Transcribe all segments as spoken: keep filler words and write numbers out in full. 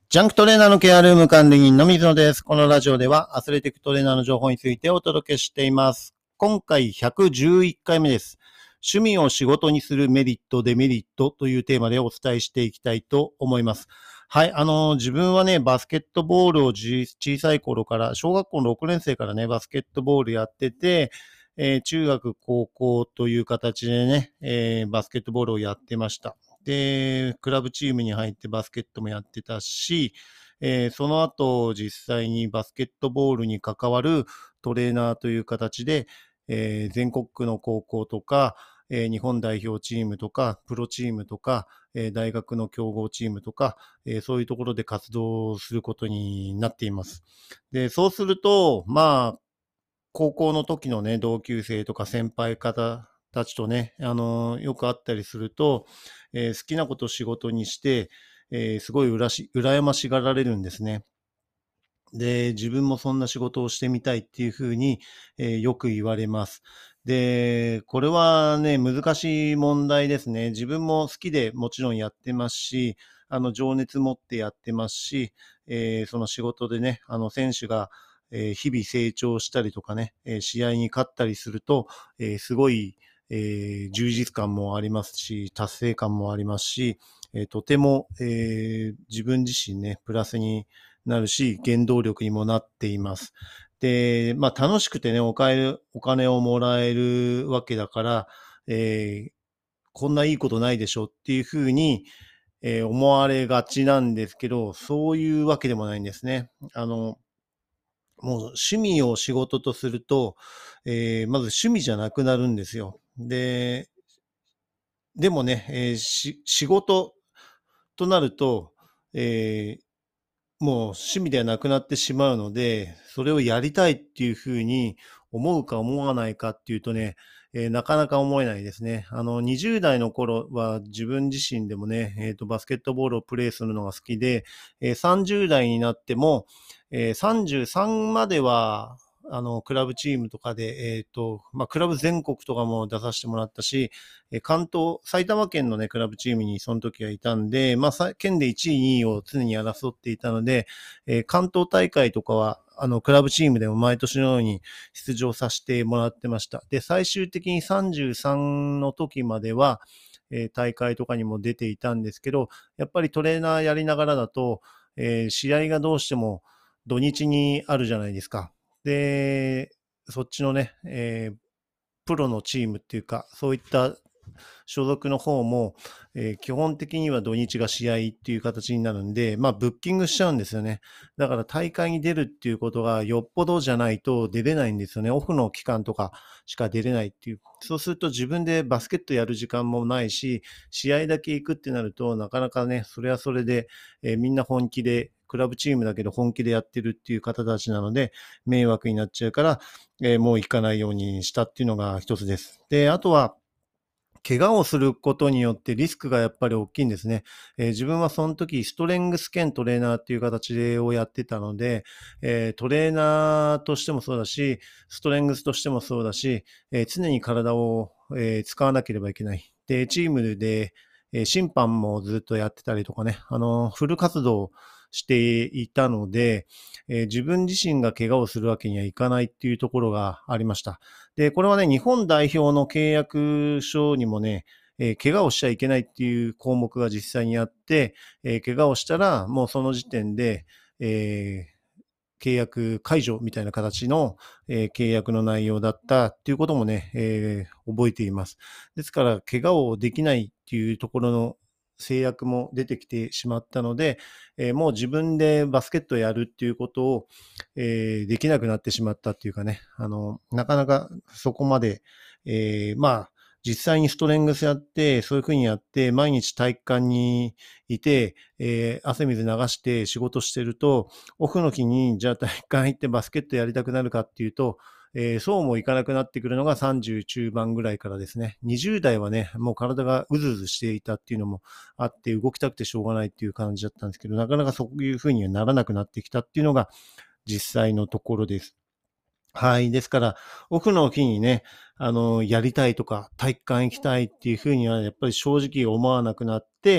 ジャンクトレーナーのケアルーム管理人の水野です。このラジオではアスレティックトレーナーの情報についてお届けしています。今回ひゃくじゅういっかいめです。趣味を仕事にするメリット、デメリットというテーマでお伝えしていきたいと思います。はい、あの、自分はね、バスケットボールをじ小さい頃から、小学校のろくねん生からね、バスケットボールやってて、えー中学、高校という形でね、えーバスケットボールをやってました。で、クラブチームに入ってバスケットもやってたし、えーその後、実際にバスケットボールに関わるトレーナーという形で、えー全国区の高校とか、えー日本代表チームとか、プロチームとか、えー大学の強豪チームとか、えーそういうところで活動することになっています。で、そうすると、まあ、高校の時のね、同級生とか先輩方たちとね、あのーよく会ったりすると、えー好きなことを仕事にして、えーすごいうらし、羨ましがられるんですね。で、自分もそんな仕事をしてみたいっていうふうに、えーよく言われます。で、これはね、難しい問題ですね。自分も好きでもちろんやってますし、あの、情熱持ってやってますし、えーその仕事でね、あの、選手が、えー日々成長したりとかね、えー試合に勝ったりすると、えーすごい、えー充実感もありますし、達成感もありますし、えーとても、えー自分自身ね、プラスになるし、原動力にもなっています。で、まあ楽しくてね、お金お金をもらえるわけだから、えーこんないいことないでしょっていうふうに、えー思われがちなんですけど、そういうわけでもないんですね。あの、もう趣味を仕事とすると、えーまず趣味じゃなくなるんですよ。で、でもね、えーし仕事となると、えーもう趣味ではなくなってしまうので、それをやりたいっていうふうに思うか思わないかっていうとね、えーなかなか思えないですね。あの、にじゅう代の頃は自分自身でもね、えっと、バスケットボールをプレイするのが好きで、えーさんじゅう代になっても、えーさんじゅうさんまでは、あの、クラブチームとかで、えっと、まあ、クラブ全国とかも出させてもらったし、えー関東、埼玉県のね、クラブチームにその時はいたんで、まあ、さ県でいちい、にいを常に争っていたので、えー関東大会とかは、あの、クラブチームでも毎年のように出場させてもらってました。で、最終的にさんじゅうさんの時までは、えー大会とかにも出ていたんですけど、やっぱりトレーナーやりながらだと、えー試合がどうしても土日にあるじゃないですか。で、そっちのね、えープロのチームっていうか、そういった所属の方も、えー基本的には土日が試合っていう形になるんで、まあ、ブッキングしちゃうんですよね。だから大会に出るっていうことがよっぽどじゃないと出れないんですよね。オフの期間とかしか出れないっていう。そうすると自分でバスケットやる時間もないし、試合だけ行くってなると、なかなかね、それはそれで、えーみんな本気で、クラブチームだけど本気でやってるっていう方たちなので、迷惑になっちゃうから、えーもう行かないようにしたっていうのが一つです。で、あとは、怪我をすることによってリスクがやっぱり大きいんですね。えー自分はその時ストレングス兼トレーナーっていう形でをやってたので、えートレーナーとしてもそうだし、ストレングスとしてもそうだし、えー常に体を、えー使わなければいけない。で、チームで、えー審判もずっとやってたりとかね、あの、フル活動していたので、えー自分自身が怪我をするわけにはいかないっていうところがありました。で、これはね、日本代表の契約書にもね、えー怪我をしちゃいけないっていう項目が実際にあって、えー怪我をしたらもうその時点で、えー契約解除みたいな形の、えー契約の内容だったっていうこともね、えー覚えています。ですから、怪我をできないっていうところの制約も出てきてしまったので、えーもう自分でバスケットをやるっていうことを、えーできなくなってしまったっていうかね、あの、なかなかそこまで、えーまあ、実際にストレングスやって、そういうふうにやって、毎日体育館にいて、えー汗水流して仕事してると、オフの日に、じゃあ体育館行ってバスケットやりたくなるかっていうと、えーそうもいかなくなってくるのがさんじゅう中盤ぐらいからですね。にじゅう代はね、もう体がうずうずしていたっていうのもあって、動きたくてしょうがないっていう感じだったんですけど、なかなかそういうふうにはならなくなってきたっていうのが実際のところです。はい。ですから、オフの日にね、あの、やりたいとか、体育館行きたいっていうふうには、やっぱり正直思わなくなって、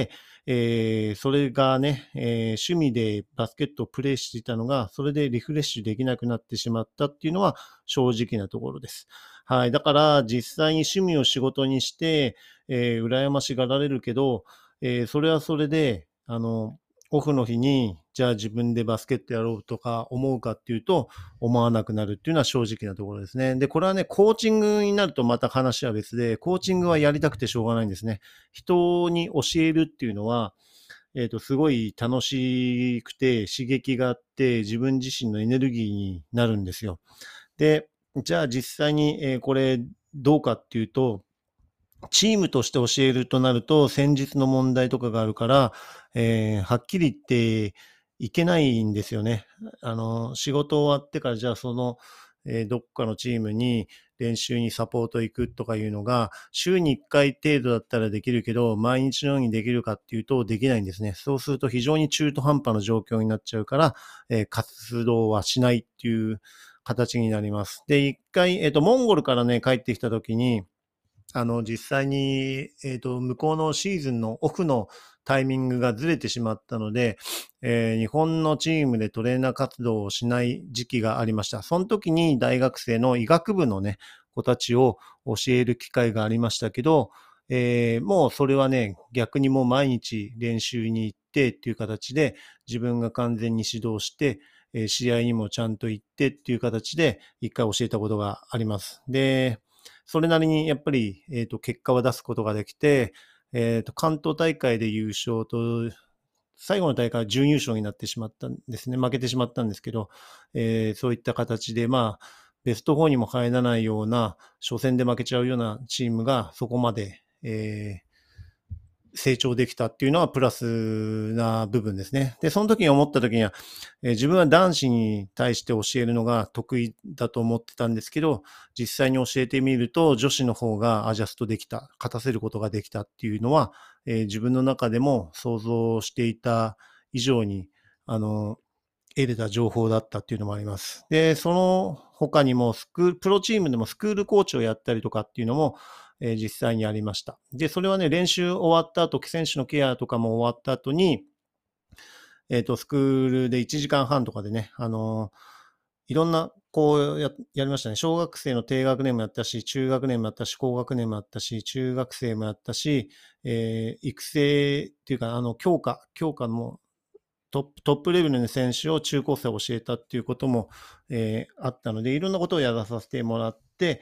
えーそれがね、えー趣味でバスケットをプレイしていたのが、それでリフレッシュできなくなってしまったっていうのは正直なところです。はい。だから実際に趣味を仕事にして、えー羨ましがられるけど、えーそれはそれで、あの、オフの日に、じゃあ自分でバスケットやろうとか思うかっていうと、思わなくなるっていうのは正直なところですね。で、これはね、コーチングになるとまた話は別で、コーチングはやりたくてしょうがないんですね。人に教えるっていうのは、えっと、すごい楽しくて刺激があって、自分自身のエネルギーになるんですよ。で、じゃあ実際に、えーこれどうかっていうと、チームとして教えるとなると、戦術の問題とかがあるから、えーはっきり言っていけないんですよね。あの、仕事終わってから、じゃあその、えーどっかのチームに練習にサポート行くとかいうのが、週にいっかい程度だったらできるけど、毎日のようにできるかっていうと、できないんですね。そうすると非常に中途半端な状況になっちゃうから、えー活動はしないっていう形になります。で、一回、えっと、モンゴルからね、帰ってきた時に、あの、実際に、えっと、向こうのシーズンのオフのタイミングがずれてしまったので、えー日本のチームでトレーナー活動をしない時期がありました。その時に大学生の医学部のね、子たちを教える機会がありましたけど、えーもうそれはね、逆にもう毎日練習に行ってっていう形で、自分が完全に指導して、えー試合にもちゃんと行ってっていう形で一回教えたことがあります。で、それなりにやっぱり、えっと、結果は出すことができて、えっと、関東大会で優勝と、最後の大会は準優勝になってしまったんですね。負けてしまったんですけど、えーそういった形で、まあ、ベストよんにも入らないような、初戦で負けちゃうようなチームがそこまで、えー成長できたっていうのはプラスな部分ですね。で、その時に思った時には、えー自分は男子に対して教えるのが得意だと思ってたんですけど、実際に教えてみると女子の方がアジャストできた、勝たせることができたっていうのは、えー自分の中でも想像していた以上に、あの、得れた情報だったっていうのもあります。で、その他にもスクール、プロチームでもスクールコーチをやったりとかっていうのも、えー実際にありました。で、それはね、練習終わった後、選手のケアとかも終わった後に、えっと、スクールでいちじかんはんとかでね、あのーいろんな、こうや、やりましたね。小学生の低学年もやったし、中学年もやったし、高学年もやったし、中学生もやったし、えー育成っていうか、あの、強化、強化もトップ、トップレベルの選手を中高生を教えたっていうことも、えーあったので、いろんなことをやらさせてもらって、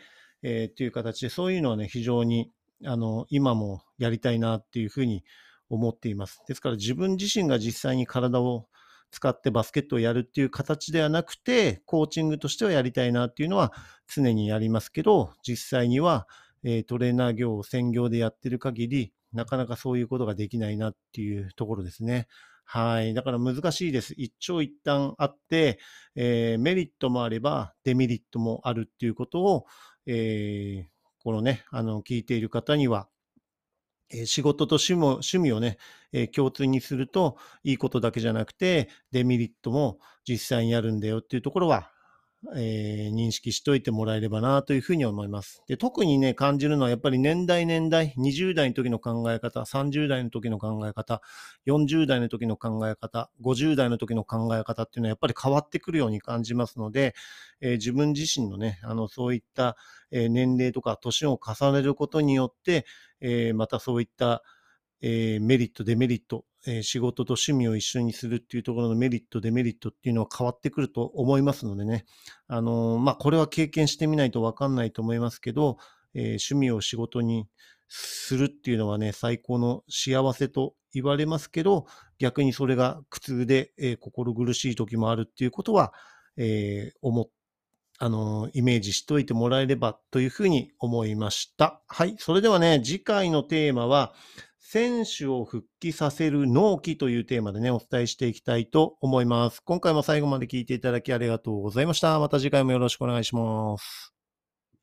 えーっていう形で、そういうのはね、非常に、あの、今もやりたいなっていうふうに思っています。ですから自分自身が実際に体を使ってバスケットをやるっていう形ではなくて、コーチングとしてはやりたいなっていうのは常にやりますけど、実際には、えートレーナー業を専業でやってる限り、なかなかそういうことができないなっていうところですね。はい。だから難しいです。一長一短あって、えーメリットもあればデメリットもあるっていうことを、えーこのね、あの、聞いている方には、えー仕事と趣味も趣味をね、えー共通にするといいことだけじゃなくて、デメリットも実際にあるんだよっていうところは、えー認識しておいてもらえればなというふうに思います。で、特にね、感じるのはやっぱり年代年代、にじゅう代の時の考え方、さんじゅう代の時の考え方、よんじゅう代の時の考え方、ごじゅう代の時の考え方っていうのはやっぱり変わってくるように感じますので、えー自分自身のね、あの、そういった、えー年齢とか年を重ねることによって、えーまたそういったえーメリット、デメリット、えー仕事と趣味を一緒にするっていうところのメリット、デメリットっていうのは変わってくると思いますのでね。あのーまあ、これは経験してみないとわかんないと思いますけど、えー趣味を仕事にするっていうのはね、最高の幸せと言われますけど、逆にそれが苦痛で、えー心苦しい時もあるっていうことは、えー思っあの、イメージしといてもらえればというふうに思いました。はい。それではね、次回のテーマは、選手を復帰させる納期というテーマでね、お伝えしていきたいと思います。今回も最後まで聞いていただきありがとうございました。また次回もよろしくお願いします。